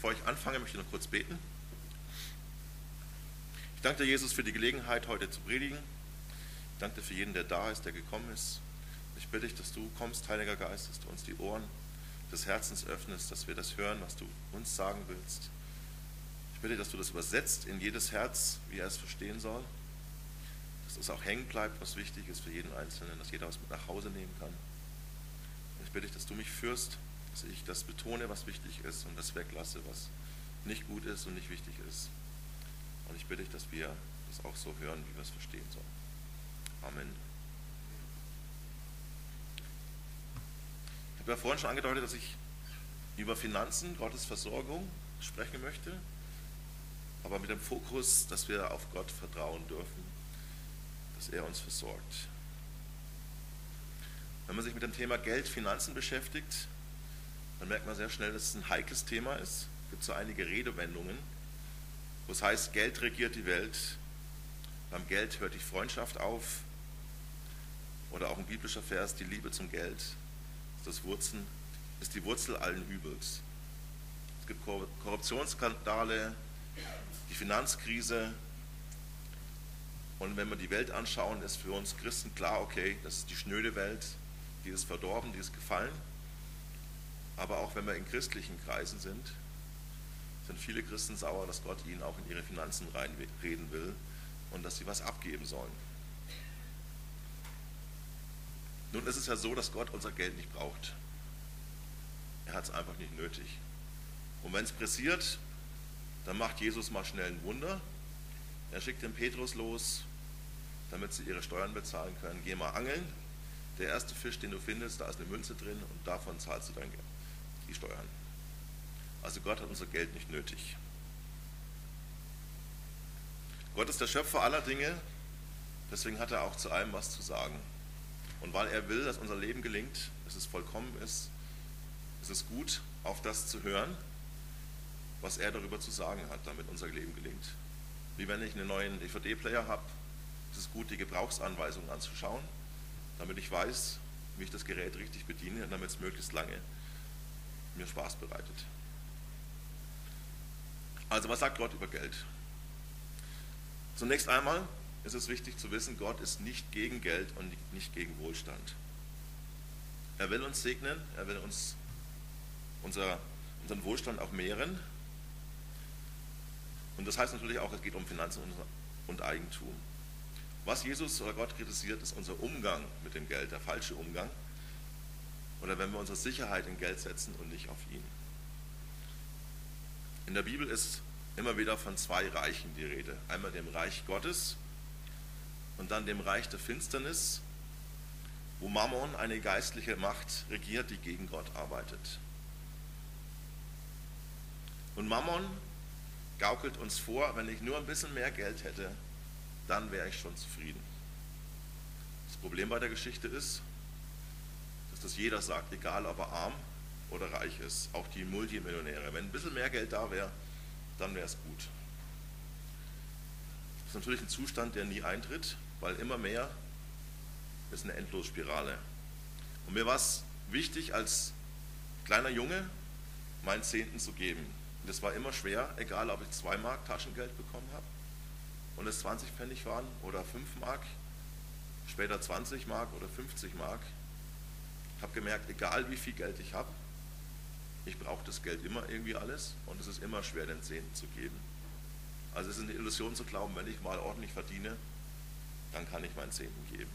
Bevor ich anfange, möchte ich noch kurz beten. Ich danke dir, Jesus, für die Gelegenheit, heute zu predigen. Ich danke dir für jeden, der da ist, der gekommen ist. Ich bitte dich, dass du kommst, Heiliger Geist, dass du uns die Ohren des Herzens öffnest, dass wir das hören, was du uns sagen willst. Ich bitte, dass du das übersetzt in jedes Herz, wie er es verstehen soll. Dass es auch hängen bleibt, was wichtig ist für jeden Einzelnen, dass jeder was mit nach Hause nehmen kann. Und ich bitte dich, dass du mich führst, dass ich das betone, was wichtig ist und das weglasse, was nicht gut ist und nicht wichtig ist. Und ich bitte dich, dass wir das auch so hören, wie wir es verstehen sollen. Amen. Ich habe ja vorhin schon angedeutet, dass ich über Finanzen, Gottes Versorgung sprechen möchte, aber mit dem Fokus, dass wir auf Gott vertrauen dürfen, dass er uns versorgt. Wenn man sich mit dem Thema Geld, Finanzen beschäftigt, dann merkt man sehr schnell, dass es ein heikles Thema ist. Es gibt so einige Redewendungen, wo es heißt, Geld regiert die Welt, beim Geld hört die Freundschaft auf, oder auch ein biblischer Vers, die Liebe zum Geld ist die Wurzel allen Übels. Es gibt Korruptionsskandale, die Finanzkrise, und wenn wir die Welt anschauen, ist für uns Christen klar, okay, das ist die schnöde Welt, die ist verdorben, die ist gefallen. Aber auch wenn wir in christlichen Kreisen sind viele Christen sauer, dass Gott ihnen auch in ihre Finanzen reinreden will und dass sie was abgeben sollen. Nun ist es ja so, dass Gott unser Geld nicht braucht. Er hat es einfach nicht nötig. Und wenn es pressiert, dann macht Jesus mal schnell ein Wunder. Er schickt den Petrus los, damit sie ihre Steuern bezahlen können. Geh mal angeln. Der erste Fisch, den du findest, da ist eine Münze drin und davon zahlst du dann die Steuern. Also Gott hat unser Geld nicht nötig. Gott ist der Schöpfer aller Dinge, deswegen hat er auch zu allem was zu sagen. Und weil er will, dass unser Leben gelingt, dass es vollkommen ist, ist es gut, auf das zu hören, was er darüber zu sagen hat, damit unser Leben gelingt. Wie wenn ich einen neuen DVD-Player habe, ist es gut, die Gebrauchsanweisungen anzuschauen, damit ich weiß, wie ich das Gerät richtig bediene und damit es möglichst lange mir Spaß bereitet. Also was sagt Gott über Geld? Zunächst einmal ist es wichtig zu wissen, Gott ist nicht gegen Geld und nicht gegen Wohlstand. Er will uns segnen, er will uns unseren Wohlstand auch mehren. Und das heißt natürlich auch, es geht um Finanzen und Eigentum. Was Jesus oder Gott kritisiert, ist unser Umgang mit dem Geld, der falsche Umgang. Oder wenn wir unsere Sicherheit in Geld setzen und nicht auf ihn. In der Bibel ist immer wieder von zwei Reichen die Rede. Einmal dem Reich Gottes und dann dem Reich der Finsternis, wo Mammon, eine geistliche Macht, regiert, die gegen Gott arbeitet. Und Mammon gaukelt uns vor, wenn ich nur ein bisschen mehr Geld hätte, dann wäre ich schon zufrieden. Das Problem bei der Geschichte ist, dass das jeder sagt, egal ob er arm oder reich ist, auch die Multimillionäre. Wenn ein bisschen mehr Geld da wäre, dann wäre es gut. Das ist natürlich ein Zustand, der nie eintritt, weil immer mehr ist eine Endlosspirale. Und mir war es wichtig, als kleiner Junge meinen Zehnten zu geben. Und das war immer schwer, egal ob ich 2 Mark Taschengeld bekommen habe und es 20 Pfennig waren oder 5 Mark, später 20 Mark oder 50 Mark. Ich habe gemerkt, egal wie viel Geld ich habe, ich brauche das Geld immer irgendwie alles und es ist immer schwer, den Zehnten zu geben. Also es ist eine Illusion zu glauben, wenn ich mal ordentlich verdiene, dann kann ich meinen Zehnten geben.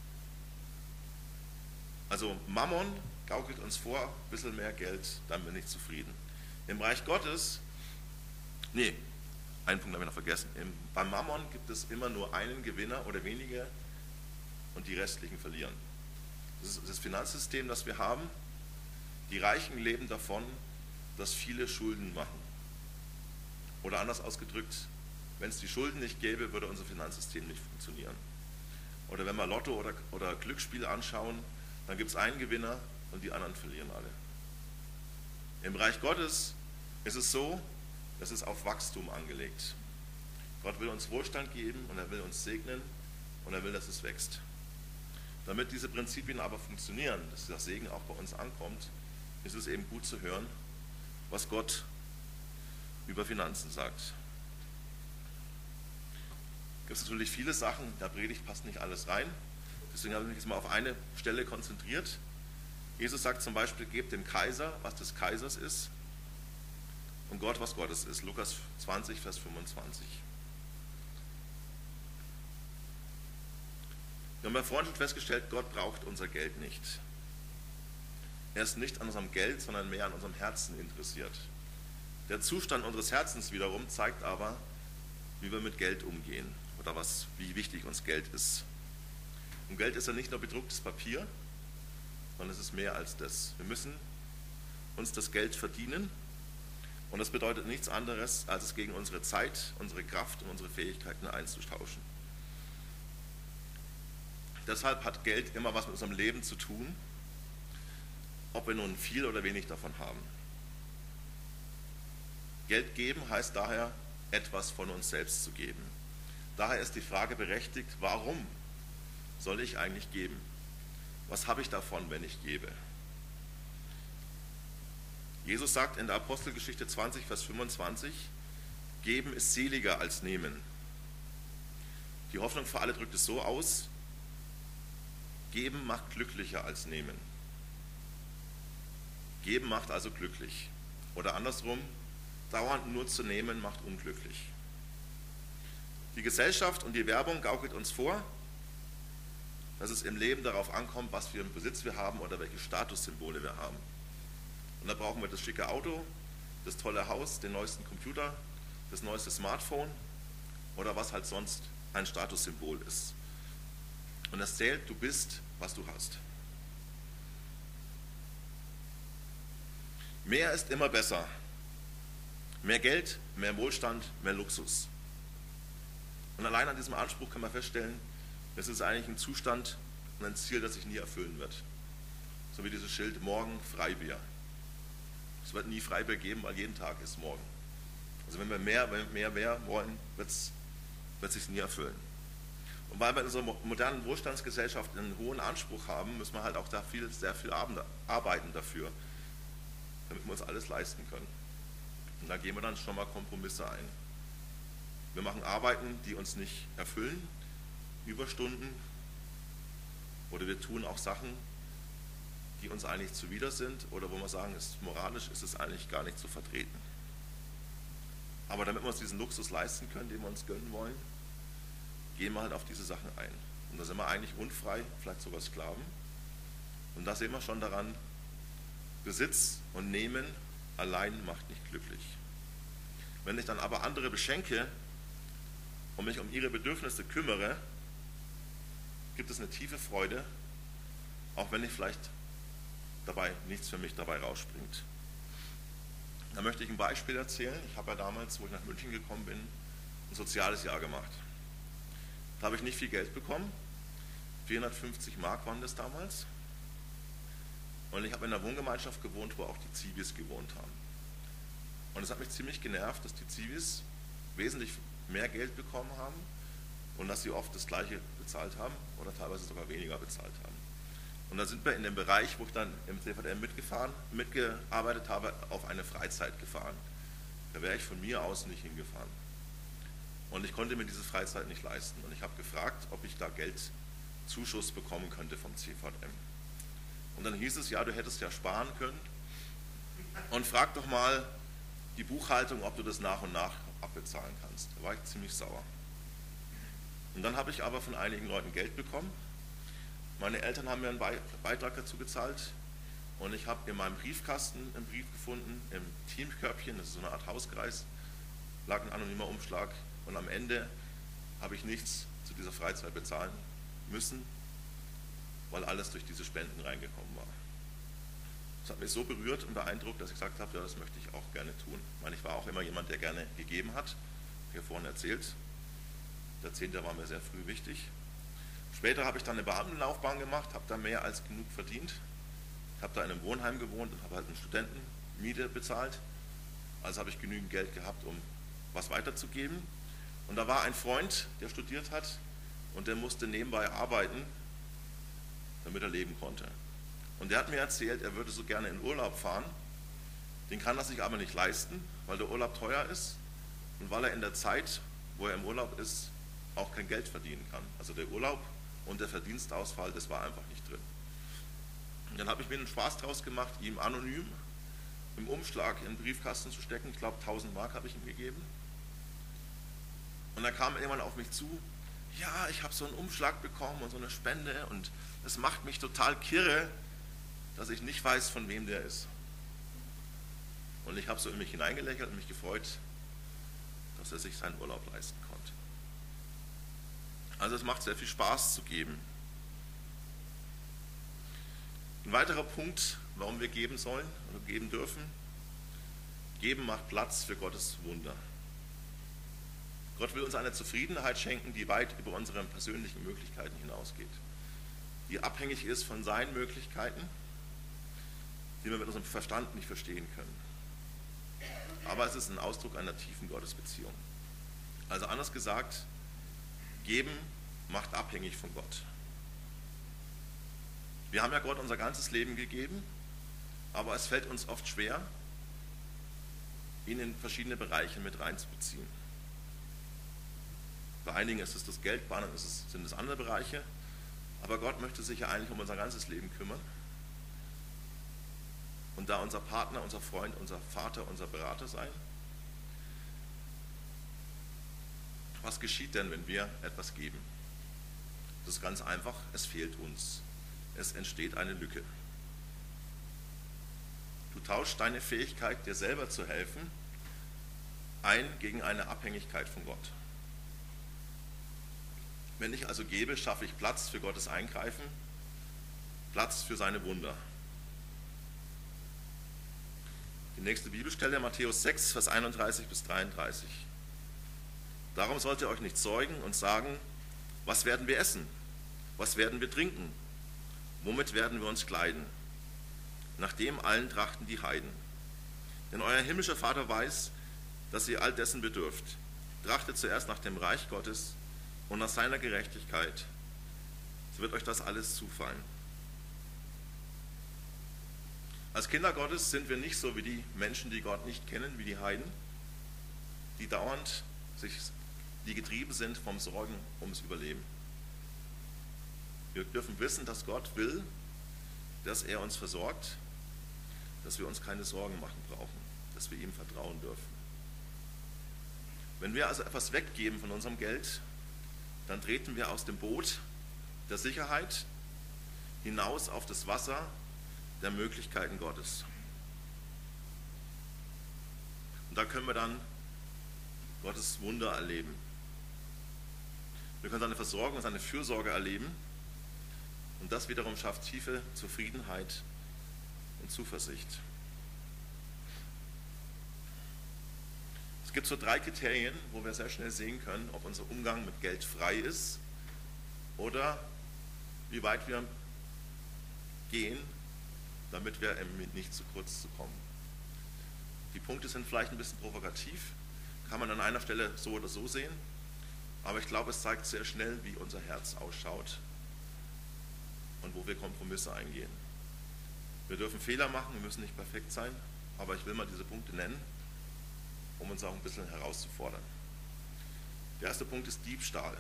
Also Mammon gaukelt uns vor, ein bisschen mehr Geld, dann bin ich zufrieden. Im Reich Gottes, einen Punkt habe ich noch vergessen. Beim Mammon gibt es immer nur einen Gewinner oder wenige und die restlichen verlieren. Das ist das Finanzsystem, das wir haben. Die Reichen leben davon, dass viele Schulden machen. Oder anders ausgedrückt, wenn es die Schulden nicht gäbe, würde unser Finanzsystem nicht funktionieren. Oder wenn wir Lotto oder Glücksspiel anschauen, dann gibt es einen Gewinner und die anderen verlieren alle. Im Reich Gottes ist es so, das ist auf Wachstum angelegt. Gott will uns Wohlstand geben und er will uns segnen und er will, dass es wächst. Damit diese Prinzipien aber funktionieren, dass der Segen auch bei uns ankommt, ist es eben gut zu hören, was Gott über Finanzen sagt. Es gibt natürlich viele Sachen, in der Predigt passt nicht alles rein. Deswegen habe ich mich jetzt mal auf eine Stelle konzentriert. Jesus sagt zum Beispiel, gebt dem Kaiser, was des Kaisers ist, und Gott, was Gottes ist. Lukas 20, Vers 25. Wir haben ja vorhin schon festgestellt, Gott braucht unser Geld nicht. Er ist nicht an unserem Geld, sondern mehr an unserem Herzen interessiert. Der Zustand unseres Herzens wiederum zeigt aber, wie wir mit Geld umgehen oder wie wichtig uns Geld ist. Und Geld ist ja nicht nur bedrucktes Papier, sondern es ist mehr als das. Wir müssen uns das Geld verdienen und das bedeutet nichts anderes, als es gegen unsere Zeit, unsere Kraft und unsere Fähigkeiten einzutauschen. Deshalb hat Geld immer was mit unserem Leben zu tun, ob wir nun viel oder wenig davon haben. Geld geben heißt daher, etwas von uns selbst zu geben. Daher ist die Frage berechtigt, warum soll ich eigentlich geben? Was habe ich davon, wenn ich gebe? Jesus sagt in der Apostelgeschichte 20, Vers 25, geben ist seliger als nehmen. Die Hoffnung für alle drückt es so aus, geben macht glücklicher als nehmen. Geben macht also glücklich. Oder andersrum, dauernd nur zu nehmen macht unglücklich. Die Gesellschaft und die Werbung gaukelt uns vor, dass es im Leben darauf ankommt, was für einen Besitz wir haben oder welche Statussymbole wir haben. Und da brauchen wir das schicke Auto, das tolle Haus, den neuesten Computer, das neueste Smartphone oder was halt sonst ein Statussymbol ist. Und das zählt, du bist, was du hast. Mehr ist immer besser. Mehr Geld, mehr Wohlstand, mehr Luxus. Und allein an diesem Anspruch kann man feststellen, das ist eigentlich ein Zustand und ein Ziel, das sich nie erfüllen wird. So wie dieses Schild, morgen Freibier. Es wird nie Freibier geben, weil jeden Tag ist morgen. Also wenn wir mehr wollen, wird es sich nie erfüllen. Und weil wir in unserer modernen Wohlstandsgesellschaft einen hohen Anspruch haben, müssen wir halt auch da sehr viel arbeiten dafür, damit wir uns alles leisten können. Und da gehen wir dann schon mal Kompromisse ein. Wir machen Arbeiten, die uns nicht erfüllen, Überstunden, oder wir tun auch Sachen, die uns eigentlich zuwider sind oder wo wir sagen, moralisch ist es eigentlich gar nicht zu vertreten. Aber damit wir uns diesen Luxus leisten können, den wir uns gönnen wollen, gehen wir halt auf diese Sachen ein. Und da sind wir eigentlich unfrei, vielleicht sogar Sklaven. Und da sehen wir schon daran, Besitz und Nehmen allein macht nicht glücklich. Wenn ich dann aber andere beschenke und mich um ihre Bedürfnisse kümmere, gibt es eine tiefe Freude, auch wenn ich vielleicht nichts für mich dabei rausspringt. Da möchte ich ein Beispiel erzählen. Ich habe ja damals, wo ich nach München gekommen bin, ein soziales Jahr gemacht. Da habe ich nicht viel Geld bekommen, 450 Mark waren das damals. Und ich habe in einer Wohngemeinschaft gewohnt, wo auch die Zivis gewohnt haben. Und es hat mich ziemlich genervt, dass die Zivis wesentlich mehr Geld bekommen haben und dass sie oft das Gleiche bezahlt haben oder teilweise sogar weniger bezahlt haben. Und da sind wir in dem Bereich, wo ich dann im CVM mitgearbeitet habe, auf eine Freizeit gefahren. Da wäre ich von mir aus nicht hingefahren. Und ich konnte mir diese Freizeit nicht leisten. Und ich habe gefragt, ob ich da Geldzuschuss bekommen könnte vom CVM. Und dann hieß es, ja, du hättest ja sparen können. Und frag doch mal die Buchhaltung, ob du das nach und nach abbezahlen kannst. Da war ich ziemlich sauer. Und dann habe ich aber von einigen Leuten Geld bekommen. Meine Eltern haben mir einen Beitrag dazu gezahlt. Und ich habe in meinem Briefkasten einen Brief gefunden, im Teamkörbchen, das ist so eine Art Hauskreis, lag ein anonymer Umschlag. Und am Ende habe ich nichts zu dieser Freizeit bezahlen müssen, weil alles durch diese Spenden reingekommen war. Das hat mich so berührt und beeindruckt, dass ich gesagt habe, ja, das möchte ich auch gerne tun. Ich meine, ich war auch immer jemand, der gerne gegeben hat, wie vorhin erzählt. Der Zehnte war mir sehr früh wichtig. Später habe ich dann eine Beamtenlaufbahn gemacht, habe da mehr als genug verdient. Ich habe da in einem Wohnheim gewohnt und habe halt eine Studentenmiete bezahlt. Also habe ich genügend Geld gehabt, um was weiterzugeben. Und da war ein Freund, der studiert hat und der musste nebenbei arbeiten, damit er leben konnte. Und der hat mir erzählt, er würde so gerne in Urlaub fahren Den kann er sich aber nicht leisten, weil der Urlaub teuer ist und weil er in der Zeit, wo er im Urlaub ist, auch kein Geld verdienen kann. Also der Urlaub und der Verdienstausfall, das war einfach nicht drin. Und dann habe ich mir einen Spaß draus gemacht, ihm anonym im Umschlag in den Briefkasten zu stecken. Ich glaube 1000 Mark habe ich ihm gegeben. Und dann kam irgendwann auf mich zu, ja, ich habe so einen Umschlag bekommen und so eine Spende und es macht mich total kirre, dass ich nicht weiß, von wem der ist. Und ich habe so in mich hineingelächelt und mich gefreut, dass er sich seinen Urlaub leisten konnte. Also es macht sehr viel Spaß zu geben. Ein weiterer Punkt, warum wir geben sollen oder geben dürfen: Geben macht Platz für Gottes Wunder. Gott will uns eine Zufriedenheit schenken, die weit über unsere persönlichen Möglichkeiten hinausgeht, die abhängig ist von seinen Möglichkeiten, die wir mit unserem Verstand nicht verstehen können. Aber es ist ein Ausdruck einer tiefen Gottesbeziehung. Also anders gesagt, geben macht abhängig von Gott. Wir haben ja Gott unser ganzes Leben gegeben, aber es fällt uns oft schwer, ihn in verschiedene Bereiche mit reinzubeziehen. Bei einigen ist es das Geld, bei anderen sind es andere Bereiche, aber Gott möchte sich ja eigentlich um unser ganzes Leben kümmern. Und da unser Partner, unser Freund, unser Vater, unser Berater sein. Was geschieht denn, wenn wir etwas geben? Das ist ganz einfach, es fehlt uns. Es entsteht eine Lücke. Du tauschst deine Fähigkeit, dir selber zu helfen, ein gegen eine Abhängigkeit von Gott. Wenn ich also gebe, schaffe ich Platz für Gottes Eingreifen, Platz für seine Wunder. Die nächste Bibelstelle, Matthäus 6, Vers 31 bis 33. Darum sollt ihr euch nicht sorgen und sagen, was werden wir essen? Was werden wir trinken? Womit werden wir uns kleiden? Nach dem allen trachten die Heiden. Denn euer himmlischer Vater weiß, dass ihr all dessen bedürft. Trachtet zuerst nach dem Reich Gottes und nach seiner Gerechtigkeit, so wird euch das alles zufallen. Als Kinder Gottes sind wir nicht so wie die Menschen, die Gott nicht kennen, wie die Heiden, die dauernd die getrieben sind vom Sorgen ums Überleben. Wir dürfen wissen, dass Gott will, dass er uns versorgt, dass wir uns keine Sorgen machen brauchen, dass wir ihm vertrauen dürfen. Wenn wir also etwas weggeben von unserem Geld, dann treten wir aus dem Boot der Sicherheit hinaus auf das Wasser der Möglichkeiten Gottes. Und da können wir dann Gottes Wunder erleben. Wir können seine Versorgung und seine Fürsorge erleben und das wiederum schafft tiefe Zufriedenheit und Zuversicht. Es gibt so 3 Kriterien, wo wir sehr schnell sehen können, ob unser Umgang mit Geld frei ist oder wie weit wir gehen, damit wir nicht zu kurz zu kommen. Die Punkte sind vielleicht ein bisschen provokativ, kann man an einer Stelle so oder so sehen, aber ich glaube, es zeigt sehr schnell, wie unser Herz ausschaut und wo wir Kompromisse eingehen. Wir dürfen Fehler machen, wir müssen nicht perfekt sein, aber ich will mal diese Punkte nennen, um uns auch ein bisschen herauszufordern. Der erste Punkt ist Diebstahl.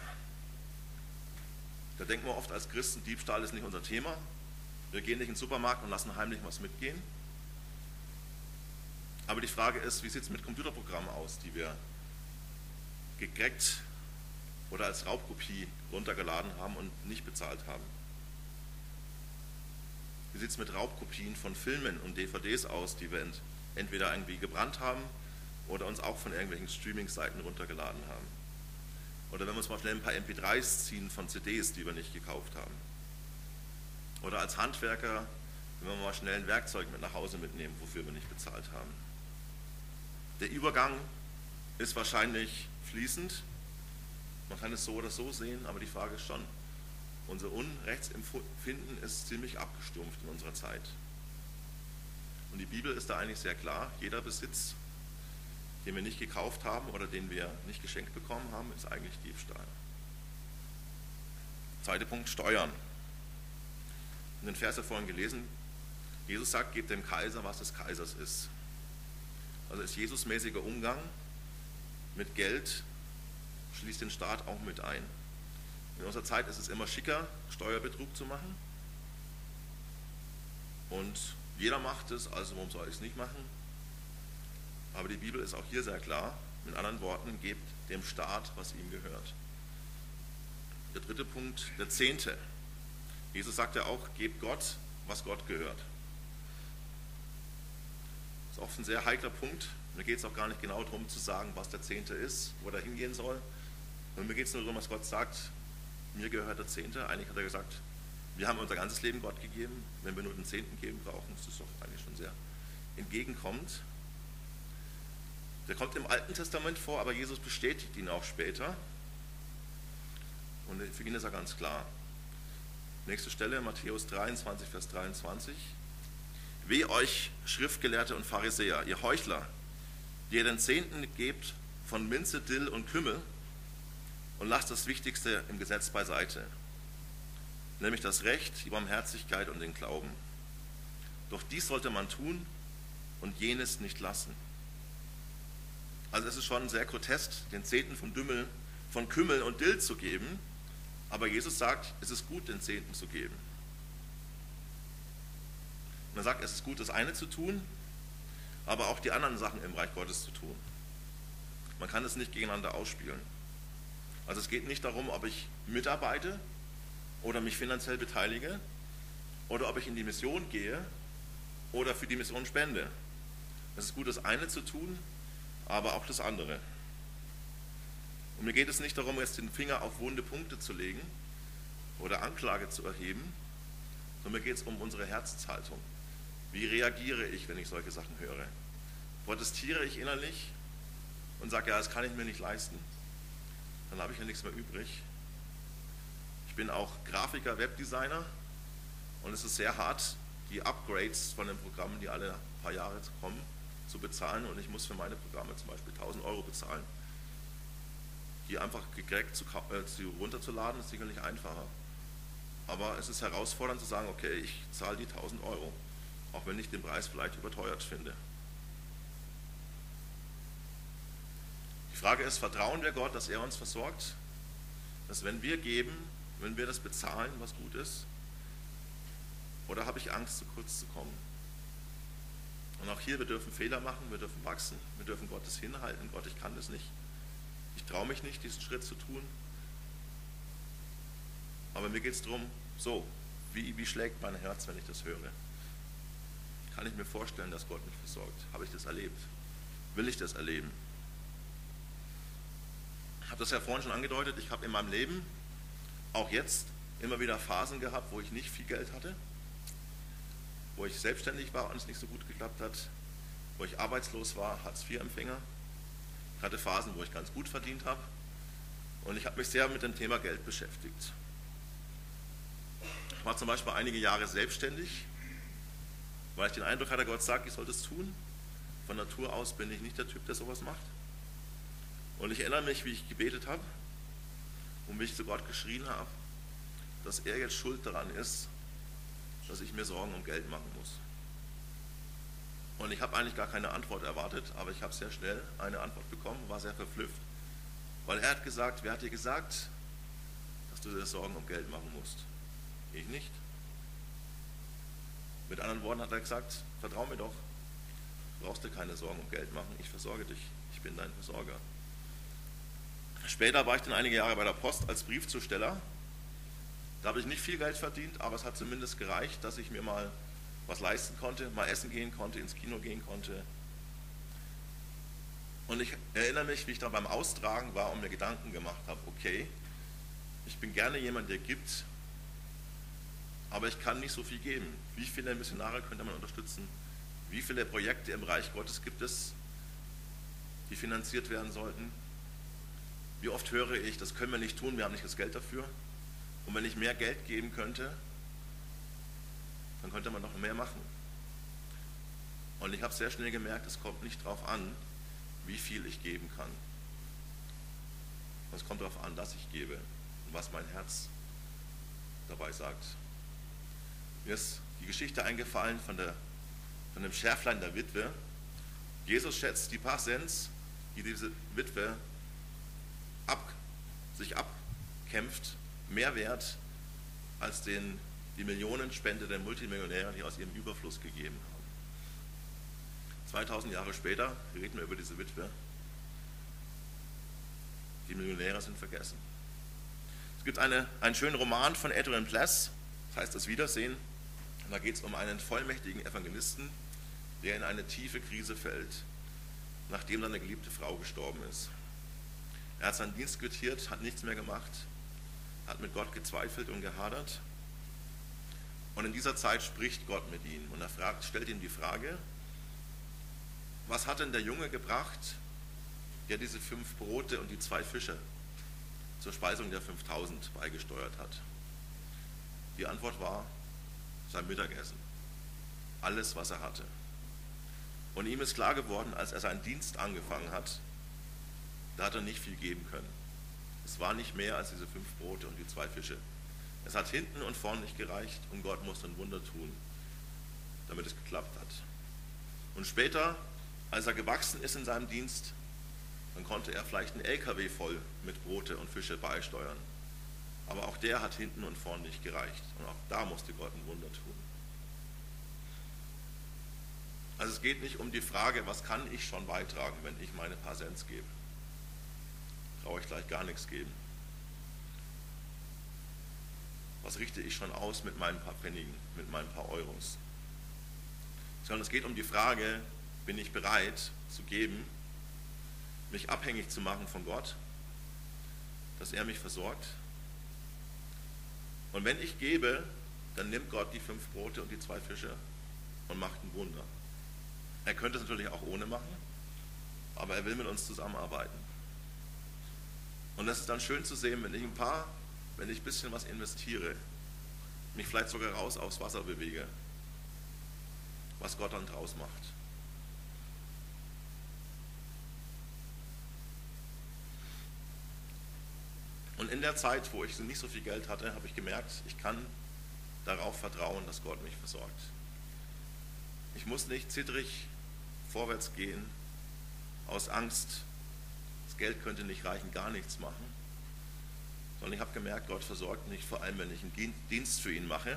Da denken wir oft als Christen, Diebstahl ist nicht unser Thema. Wir gehen nicht in den Supermarkt und lassen heimlich was mitgehen. Aber die Frage ist, wie sieht es mit Computerprogrammen aus, die wir gecrackt oder als Raubkopie runtergeladen haben und nicht bezahlt haben? Wie sieht es mit Raubkopien von Filmen und DVDs aus, die wir entweder irgendwie gebrannt haben oder uns auch von irgendwelchen Streaming-Seiten runtergeladen haben? Oder wenn wir uns mal schnell ein paar MP3s ziehen von CDs, die wir nicht gekauft haben. Oder als Handwerker, wenn wir mal schnell ein Werkzeug mit nach Hause mitnehmen, wofür wir nicht bezahlt haben. Der Übergang ist wahrscheinlich fließend. Man kann es so oder so sehen, aber die Frage ist schon, unser Unrechtsempfinden ist ziemlich abgestumpft in unserer Zeit. Und die Bibel ist da eigentlich sehr klar, jeder Besitz, den wir nicht gekauft haben oder den wir nicht geschenkt bekommen haben, ist eigentlich Diebstahl. Zweiter Punkt, Steuern. In den Vers vorhin gelesen, Jesus sagt, gebt dem Kaiser, was des Kaisers ist. Also ist Jesusmäßiger Umgang mit Geld, schließt den Staat auch mit ein. In unserer Zeit ist es immer schicker, Steuerbetrug zu machen. Und jeder macht es, also warum soll ich es nicht machen? Aber die Bibel ist auch hier sehr klar. Mit anderen Worten, gebt dem Staat, was ihm gehört. Der dritte Punkt, der Zehnte. Jesus sagt ja auch, gebt Gott, was Gott gehört. Das ist oft ein sehr heikler Punkt. Mir geht es auch gar nicht genau darum zu sagen, was der Zehnte ist, wo er hingehen soll. Und mir geht es nur darum, dass Gott sagt, mir gehört der Zehnte. Eigentlich hat er gesagt, wir haben unser ganzes Leben Gott gegeben. Wenn wir nur den Zehnten geben brauchen, ist das doch eigentlich schon sehr entgegenkommt. Der kommt im Alten Testament vor, aber Jesus bestätigt ihn auch später. Und für ihn ist er ganz klar. Nächste Stelle, Matthäus 23, Vers 23. Weh euch, Schriftgelehrte und Pharisäer, ihr Heuchler, die ihr den Zehnten gebt von Minze, Dill und Kümmel und lasst das Wichtigste im Gesetz beiseite, nämlich das Recht, die Barmherzigkeit und den Glauben. Doch dies sollte man tun und jenes nicht lassen. Also es ist schon sehr grotesk, den Zehnten von Kümmel und Dill zu geben, aber Jesus sagt, es ist gut, den Zehnten zu geben. Und er sagt, es ist gut, das eine zu tun, aber auch die anderen Sachen im Reich Gottes zu tun. Man kann es nicht gegeneinander ausspielen. Also es geht nicht darum, ob ich mitarbeite oder mich finanziell beteilige oder ob ich in die Mission gehe oder für die Mission spende. Es ist gut, das eine zu tun, aber auch das andere. Und mir geht es nicht darum, jetzt den Finger auf wunde Punkte zu legen oder Anklage zu erheben, sondern mir geht es um unsere Herzenshaltung. Wie reagiere ich, wenn ich solche Sachen höre? Protestiere ich innerlich und sage, ja, das kann ich mir nicht leisten? Dann habe ich ja nichts mehr übrig. Ich bin auch Grafiker, Webdesigner und es ist sehr hart, die Upgrades von den Programmen, die alle paar Jahre kommen, zu bezahlen, und ich muss für meine Programme zum Beispiel 1.000 Euro bezahlen. Die einfach gecrackt runterzuladen, ist sicherlich einfacher. Aber es ist herausfordernd zu sagen, okay, ich zahle die 1.000 Euro, auch wenn ich den Preis vielleicht überteuert finde. Die Frage ist, vertrauen wir Gott, dass er uns versorgt? Dass wenn wir geben, wenn wir das bezahlen, was gut ist? Oder habe ich Angst, zu kurz zu kommen? Und auch hier, wir dürfen Fehler machen, wir dürfen wachsen, wir dürfen Gottes hinhalten. Gott, ich kann das nicht. Ich traue mich nicht, diesen Schritt zu tun. Aber mir geht es darum, so, wie schlägt mein Herz, wenn ich das höre? Kann ich mir vorstellen, dass Gott mich versorgt? Habe ich das erlebt? Will ich das erleben? Ich habe das ja vorhin schon angedeutet, ich habe in meinem Leben, auch jetzt, immer wieder Phasen gehabt, wo ich nicht viel Geld hatte, wo ich selbstständig war und es nicht so gut geklappt hat, wo ich arbeitslos war, Hartz-IV-Empfänger. Ich hatte Phasen, wo ich ganz gut verdient habe, und ich habe mich sehr mit dem Thema Geld beschäftigt. Ich war zum Beispiel einige Jahre selbstständig, weil ich den Eindruck hatte, Gott sagt, ich soll das tun. Von Natur aus bin ich nicht der Typ, der sowas macht. Und ich erinnere mich, wie ich gebetet habe und wie ich zu Gott geschrien habe, dass er jetzt schuld daran ist, dass ich mir Sorgen um Geld machen muss. Und ich habe eigentlich gar keine Antwort erwartet, aber ich habe sehr schnell eine Antwort bekommen, war sehr verblüfft. Weil er hat gesagt, wer hat dir gesagt, dass du dir Sorgen um Geld machen musst? Ich nicht. Mit anderen Worten hat er gesagt, vertrau mir doch, du brauchst dir keine Sorgen um Geld machen, ich versorge dich, ich bin dein Versorger. Später war ich dann einige Jahre bei der Post als Briefzusteller. Da habe ich nicht viel Geld verdient, aber es hat zumindest gereicht, dass ich mir mal was leisten konnte, mal essen gehen konnte, ins Kino gehen konnte. Und ich erinnere mich, wie ich da beim Austragen war und mir Gedanken gemacht habe, okay, ich bin gerne jemand, der gibt, aber ich kann nicht so viel geben. Wie viele Missionare könnte man unterstützen? Wie viele Projekte im Reich Gottes gibt es, die finanziert werden sollten? Wie oft höre ich, das können wir nicht tun, wir haben nicht das Geld dafür. Und wenn ich mehr Geld geben könnte, dann könnte man noch mehr machen. Und ich habe sehr schnell gemerkt, es kommt nicht darauf an, wie viel ich geben kann. Es kommt darauf an, dass ich gebe und was mein Herz dabei sagt. Mir ist die Geschichte eingefallen von dem Schärflein der Witwe. Jesus schätzt die paar Cent, die diese Witwe sich abkämpft, mehr wert als die Millionenspende der Multimillionäre, die aus ihrem Überfluss gegeben haben. 2000 Jahre später reden wir über diese Witwe. Die Millionäre sind vergessen. Es gibt einen schönen Roman von Edwin Pless, das heißt Das Wiedersehen. Und da geht es um einen vollmächtigen Evangelisten, der in eine tiefe Krise fällt, nachdem seine geliebte Frau gestorben ist. Er hat seinen Dienst quittiert, hat nichts mehr gemacht, hat mit Gott gezweifelt und gehadert. Und in dieser Zeit spricht Gott mit ihm und er stellt ihm die Frage, was hat denn der Junge gebracht, der diese 5 Brote und die 2 Fische zur Speisung der 5000 beigesteuert hat? Die Antwort war sein Mittagessen, alles, was er hatte. Und ihm ist klar geworden, als er seinen Dienst angefangen hat, da hat er nicht viel geben können. Es war nicht mehr als diese 5 Brote und die 2 Fische. Es hat hinten und vorn nicht gereicht und Gott musste ein Wunder tun, damit es geklappt hat. Und später, als er gewachsen ist in seinem Dienst, dann konnte er vielleicht einen LKW voll mit Brote und Fische beisteuern. Aber auch der hat hinten und vorn nicht gereicht. Und auch da musste Gott ein Wunder tun. Also es geht nicht um die Frage, was kann ich schon beitragen, wenn ich meine paar Cent gebe. Brauche ich gleich gar nichts geben. Was richte ich schon aus mit meinen paar Pfennigen, mit meinen paar Euros? Sondern es geht um die Frage, bin ich bereit zu geben, mich abhängig zu machen von Gott, dass er mich versorgt. Und wenn ich gebe, dann nimmt Gott die 5 Brote und die 2 Fische und macht ein Wunder. Er könnte es natürlich auch ohne machen, aber er will mit uns zusammenarbeiten. Und das ist dann schön zu sehen, wenn ich ein bisschen was investiere, mich vielleicht sogar raus aufs Wasser bewege, was Gott dann draus macht. Und in der Zeit, wo ich nicht so viel Geld hatte, habe ich gemerkt, ich kann darauf vertrauen, dass Gott mich versorgt. Ich muss nicht zittrig vorwärts gehen, aus Angst, das Geld könnte nicht reichen, gar nichts machen, sondern ich habe gemerkt, Gott versorgt mich, vor allem wenn ich einen Dienst für ihn mache.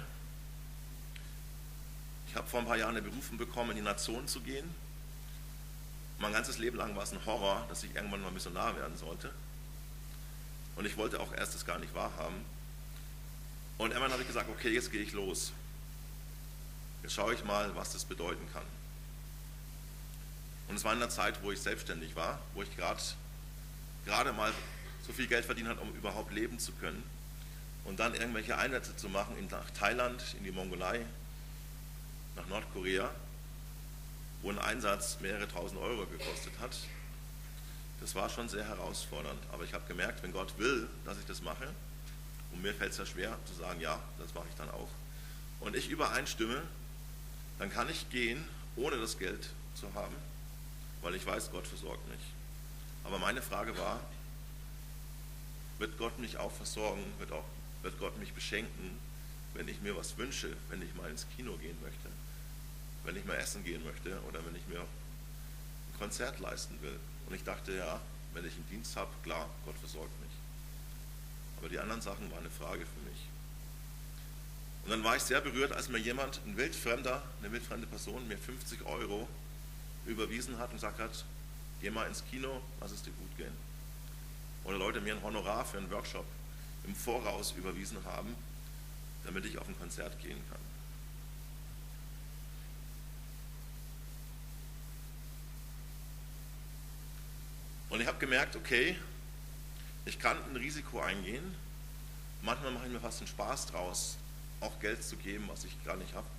Ich habe vor ein paar Jahren eine Berufung bekommen, in die Nationen zu gehen. Mein ganzes Leben lang war es ein Horror, dass ich irgendwann mal Missionar werden sollte. Und ich wollte auch erst das gar nicht wahrhaben. Und irgendwann habe ich gesagt, okay, jetzt gehe ich los. Jetzt schaue ich mal, was das bedeuten kann. Und es war in der Zeit, wo ich selbstständig war, wo ich gerade mal so viel Geld verdient habe, um überhaupt leben zu können. Und dann irgendwelche Einsätze zu machen nach Thailand, in die Mongolei, nach Nordkorea, wo ein Einsatz mehrere tausend Euro gekostet hat. Das war schon sehr herausfordernd. Aber ich habe gemerkt, wenn Gott will, dass ich das mache, und mir fällt es ja schwer zu sagen, ja, das mache ich dann auch, und ich übereinstimme, dann kann ich gehen, ohne das Geld zu haben, weil ich weiß, Gott versorgt mich. Aber meine Frage war, wird Gott mich auch versorgen, wird Gott mich beschenken, wenn ich mir was wünsche, wenn ich mal ins Kino gehen möchte, wenn ich mal essen gehen möchte oder wenn ich mir ein Konzert leisten will. Und ich dachte, ja, wenn ich einen Dienst habe, klar, Gott versorgt mich. Aber die anderen Sachen waren eine Frage für mich. Und dann war ich sehr berührt, als mir jemand, eine wildfremde Person, mir 50 Euro überwiesen hat und gesagt hat, geh mal ins Kino, lass es dir gut gehen. Oder Leute mir ein Honorar für einen Workshop im Voraus überwiesen haben, damit ich auf ein Konzert gehen kann. Und ich habe gemerkt, okay, ich kann ein Risiko eingehen. Manchmal mache ich mir fast einen Spaß draus, auch Geld zu geben, was ich gar nicht habe,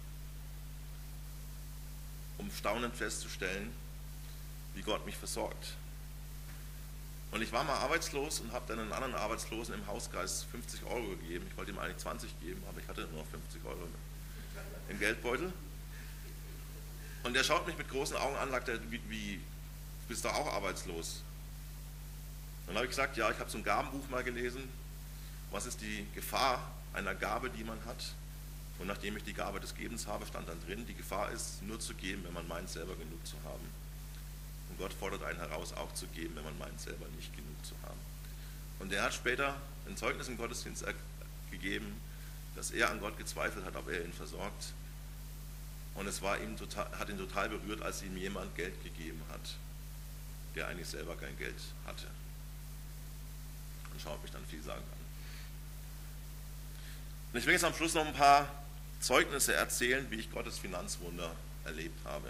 um staunend festzustellen, wie Gott mich versorgt. Und ich war mal arbeitslos und habe dann einen anderen Arbeitslosen im Hauskreis 50 Euro gegeben. Ich wollte ihm eigentlich 20 geben, aber ich hatte nur noch 50 Euro im Geldbeutel. Und der schaut mich mit großen Augen an und sagt, wie bist du auch arbeitslos? Dann habe ich gesagt, ja, ich habe so ein Gabenbuch mal gelesen. Was ist die Gefahr einer Gabe, die man hat? Und nachdem ich die Gabe des Gebens habe, stand dann drin, die Gefahr ist, nur zu geben, wenn man meint, selber genug zu haben. Und Gott fordert einen heraus, auch zu geben, wenn man meint, selber nicht genug zu haben. Und er hat später ein Zeugnis im Gottesdienst gegeben, dass er an Gott gezweifelt hat, ob er ihn versorgt. Und es war hat ihn total berührt, als ihm jemand Geld gegeben hat, der eigentlich selber kein Geld hatte. Und schaut mich dann viel sagen kann. Und ich will jetzt am Schluss noch ein paar Zeugnisse erzählen, wie ich Gottes Finanzwunder erlebt habe.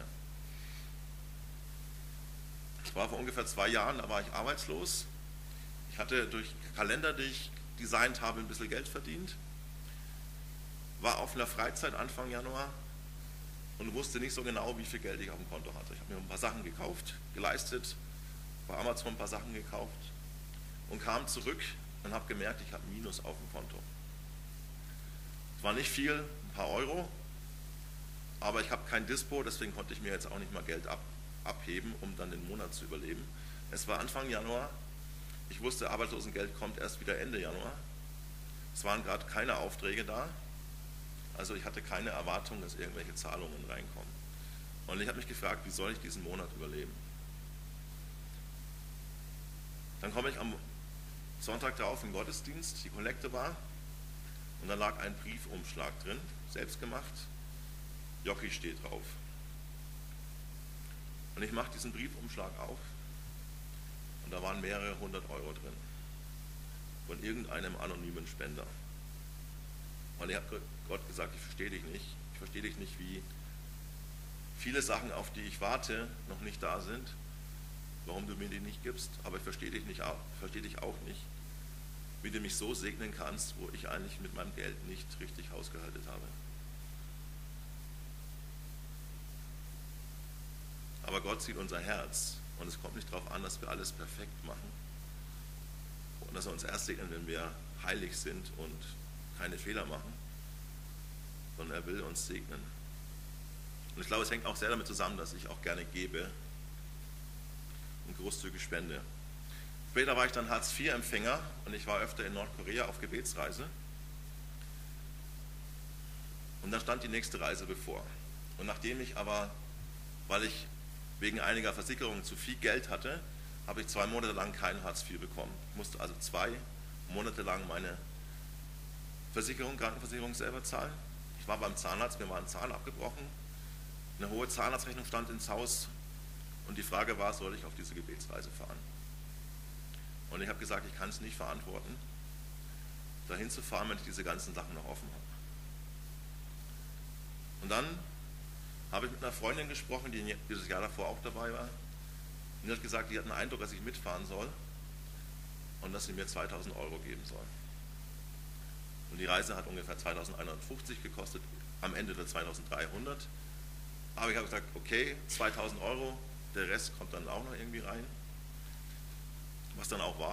Es war vor ungefähr 2 Jahren, da war ich arbeitslos. Ich hatte durch Kalender, die ich designt habe, ein bisschen Geld verdient. War auf einer Freizeit Anfang Januar und wusste nicht so genau, wie viel Geld ich auf dem Konto hatte. Ich habe mir ein paar Sachen gekauft, geleistet, bei Amazon ein paar Sachen gekauft und kam zurück und habe gemerkt, ich habe Minus auf dem Konto. Es war nicht viel, ein paar Euro, aber ich habe kein Dispo, deswegen konnte ich mir jetzt auch nicht mal Geld abheben, um dann den Monat zu überleben. Es war Anfang Januar, ich wusste, Arbeitslosengeld kommt erst wieder Ende Januar. Es waren gerade keine Aufträge da, also ich hatte keine Erwartung, dass irgendwelche Zahlungen reinkommen. Und ich habe mich gefragt, wie soll ich diesen Monat überleben? Dann komme ich am Sonntag darauf in den Gottesdienst, die Kollekte war, und da lag ein Briefumschlag drin, selbst gemacht, Jochi steht drauf. Und ich mache diesen Briefumschlag auf und da waren mehrere 100 Euro drin, von irgendeinem anonymen Spender. Und ich habe Gott gesagt, ich verstehe dich nicht, wie viele Sachen, auf die ich warte, noch nicht da sind, warum du mir die nicht gibst, aber ich verstehe dich auch nicht, wie du mich so segnen kannst, wo ich eigentlich mit meinem Geld nicht richtig hausgehalten habe. Aber Gott sieht unser Herz und es kommt nicht darauf an, dass wir alles perfekt machen und dass er uns erst segnet, wenn wir heilig sind und keine Fehler machen, sondern er will uns segnen. Und ich glaube, es hängt auch sehr damit zusammen, dass ich auch gerne gebe und großzügig spende. Später war ich dann Hartz-IV-Empfänger und ich war öfter in Nordkorea auf Gebetsreise. Und dann stand die nächste Reise bevor. Und nachdem ich aber, weil ich wegen einiger Versicherungen zu viel Geld hatte, habe ich 2 Monate lang kein Hartz IV bekommen. Ich musste also 2 Monate lang meine Krankenversicherung selber zahlen. Ich war beim Zahnarzt, mir war ein Zahn abgebrochen. Eine hohe Zahnarztrechnung stand ins Haus und die Frage war, soll ich auf diese Gebetsreise fahren? Und ich habe gesagt, ich kann es nicht verantworten, dahin zu fahren, wenn ich diese ganzen Sachen noch offen habe. Und dann habe ich mit einer Freundin gesprochen, die dieses Jahr davor auch dabei war. Und die hat gesagt, die hat einen Eindruck, dass ich mitfahren soll und dass sie mir 2.000 Euro geben soll. Und die Reise hat ungefähr 2.150 gekostet, am Ende der 2.300. Aber ich habe gesagt, okay, 2.000 Euro, der Rest kommt dann auch noch irgendwie rein. Was dann auch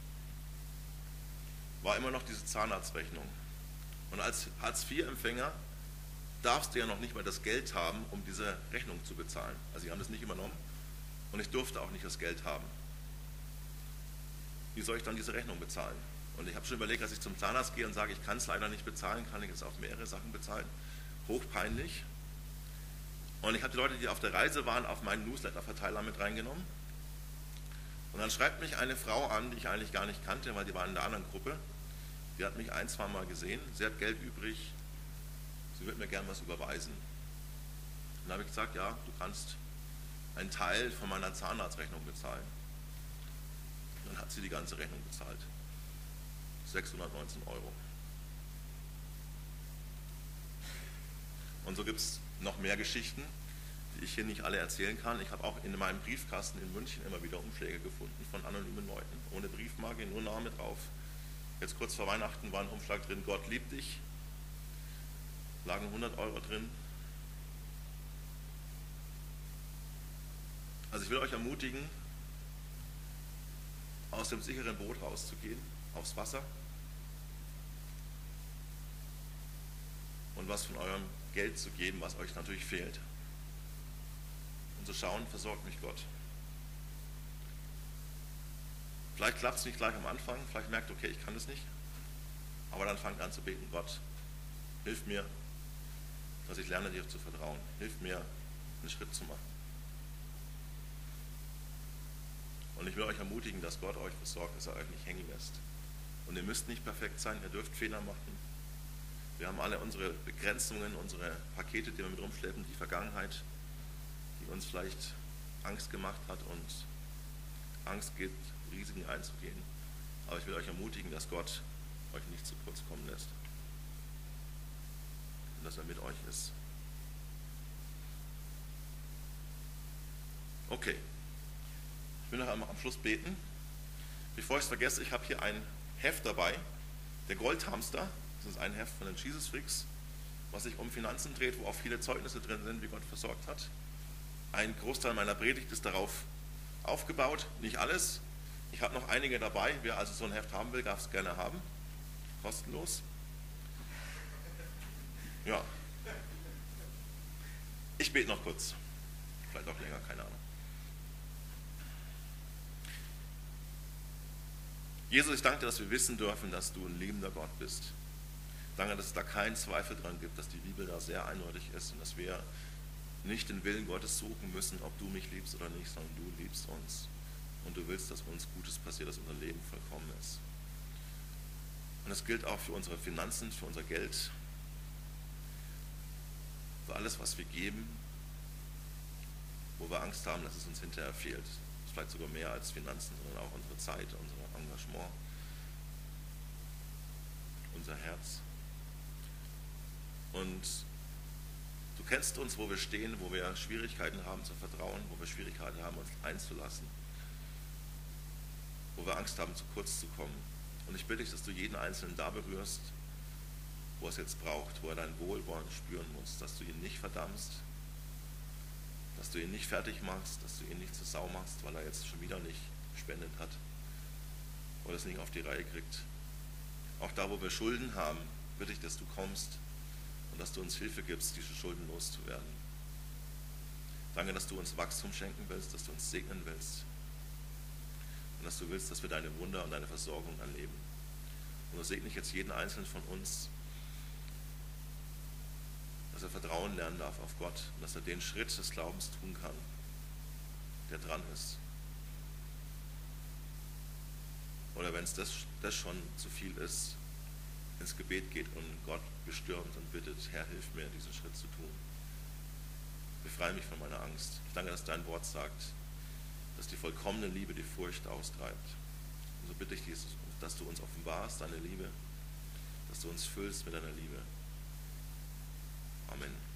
war immer noch diese Zahnarztrechnung. Und als Hartz-IV-Empfänger darfst du ja noch nicht mal das Geld haben, um diese Rechnung zu bezahlen. Also sie haben das nicht übernommen und ich durfte auch nicht das Geld haben. Wie soll ich dann diese Rechnung bezahlen? Und ich habe schon überlegt, dass ich zum Zahnarzt gehe und sage, ich kann es leider nicht bezahlen, kann ich jetzt auf mehrere Sachen bezahlen. Hochpeinlich. Und ich habe die Leute, die auf der Reise waren, auf meinen Newsletter-Verteiler mit reingenommen. Und dann schreibt mich eine Frau an, die ich eigentlich gar nicht kannte, weil die war in der anderen Gruppe. Die hat mich 1-2 Mal gesehen, sie hat Geld übrig, sie würde mir gern was überweisen. Und dann habe ich gesagt, ja, du kannst einen Teil von meiner Zahnarztrechnung bezahlen. Und dann hat sie die ganze Rechnung bezahlt. 619 Euro. Und so gibt es noch mehr Geschichten, die ich hier nicht alle erzählen kann. Ich habe auch in meinem Briefkasten in München immer wieder Umschläge gefunden von anonymen Leuten, ohne Briefmarke, nur Name drauf. Jetzt kurz vor Weihnachten war ein Umschlag drin, Gott liebt dich, lagen 100 Euro drin. Also ich will euch ermutigen, aus dem sicheren Boot rauszugehen, aufs Wasser und was von eurem Geld zu geben, was euch natürlich fehlt. Und zu schauen, versorgt mich Gott. Vielleicht klappt es nicht gleich am Anfang, vielleicht merkt ihr, okay, ich kann das nicht, aber dann fangt an zu beten, Gott, hilf mir, dass ich lerne, dir zu vertrauen. Hilf mir, einen Schritt zu machen. Und ich will euch ermutigen, dass Gott euch versorgt, dass er euch nicht hängen lässt. Und ihr müsst nicht perfekt sein, ihr dürft Fehler machen. Wir haben alle unsere Begrenzungen, unsere Pakete, die wir mit rumschleppen, die Vergangenheit, die uns vielleicht Angst gemacht hat und Angst gibt, Risiken einzugehen. Aber ich will euch ermutigen, dass Gott euch nicht zu kurz kommen lässt. Und dass er mit euch ist. Okay. Ich will noch einmal am Schluss beten. Bevor ich es vergesse, ich habe hier ein Heft dabei, der Goldhamster. Das ist ein Heft von den Jesus Freaks, was sich um Finanzen dreht, wo auch viele Zeugnisse drin sind, wie Gott versorgt hat. Ein Großteil meiner Predigt ist darauf aufgebaut, nicht alles. Ich habe noch einige dabei. Wer also so ein Heft haben will, darf es gerne haben. Kostenlos. Ja. Ich bete noch kurz. Vielleicht auch länger, keine Ahnung. Jesus, ich danke dir, dass wir wissen dürfen, dass du ein liebender Gott bist. Danke, dass es da keinen Zweifel dran gibt, dass die Bibel da sehr eindeutig ist und dass wir nicht den Willen Gottes suchen müssen, ob du mich liebst oder nicht, sondern du liebst uns. Und du willst, dass uns Gutes passiert, dass unser Leben vollkommen ist. Und das gilt auch für unsere Finanzen, für unser Geld, für alles, was wir geben, wo wir Angst haben, dass es uns hinterher fehlt. Vielleicht sogar mehr als Finanzen, sondern auch unsere Zeit, unser Engagement, unser Herz. Und du kennst uns, wo wir stehen, wo wir Schwierigkeiten haben zu vertrauen, wo wir Schwierigkeiten haben, uns einzulassen, wo wir Angst haben, zu kurz zu kommen. Und ich bitte dich, dass du jeden Einzelnen da berührst, wo er es jetzt braucht, wo er dein Wohlwollen spüren muss, dass du ihn nicht verdammst, dass du ihn nicht fertig machst, dass du ihn nicht zur Sau machst, weil er jetzt schon wieder nicht gespendet hat oder es nicht auf die Reihe kriegt. Auch da, wo wir Schulden haben, bitte ich, dass du kommst und dass du uns Hilfe gibst, diese Schulden loszuwerden. Danke, dass du uns Wachstum schenken willst, dass du uns segnen willst und dass du willst, dass wir deine Wunder und deine Versorgung erleben. Und so segne ich jetzt jeden Einzelnen von uns, dass er Vertrauen lernen darf auf Gott und dass er den Schritt des Glaubens tun kann, der dran ist. Oder wenn es das schon zu viel ist, ins Gebet geht und Gott bestürmt und bittet, Herr, hilf mir, diesen Schritt zu tun. Befreie mich von meiner Angst. Ich danke, dass dein Wort sagt, dass die vollkommene Liebe die Furcht austreibt. Und so bitte ich dich, dass du uns offenbarst, deine Liebe, dass du uns füllst mit deiner Liebe. Amen.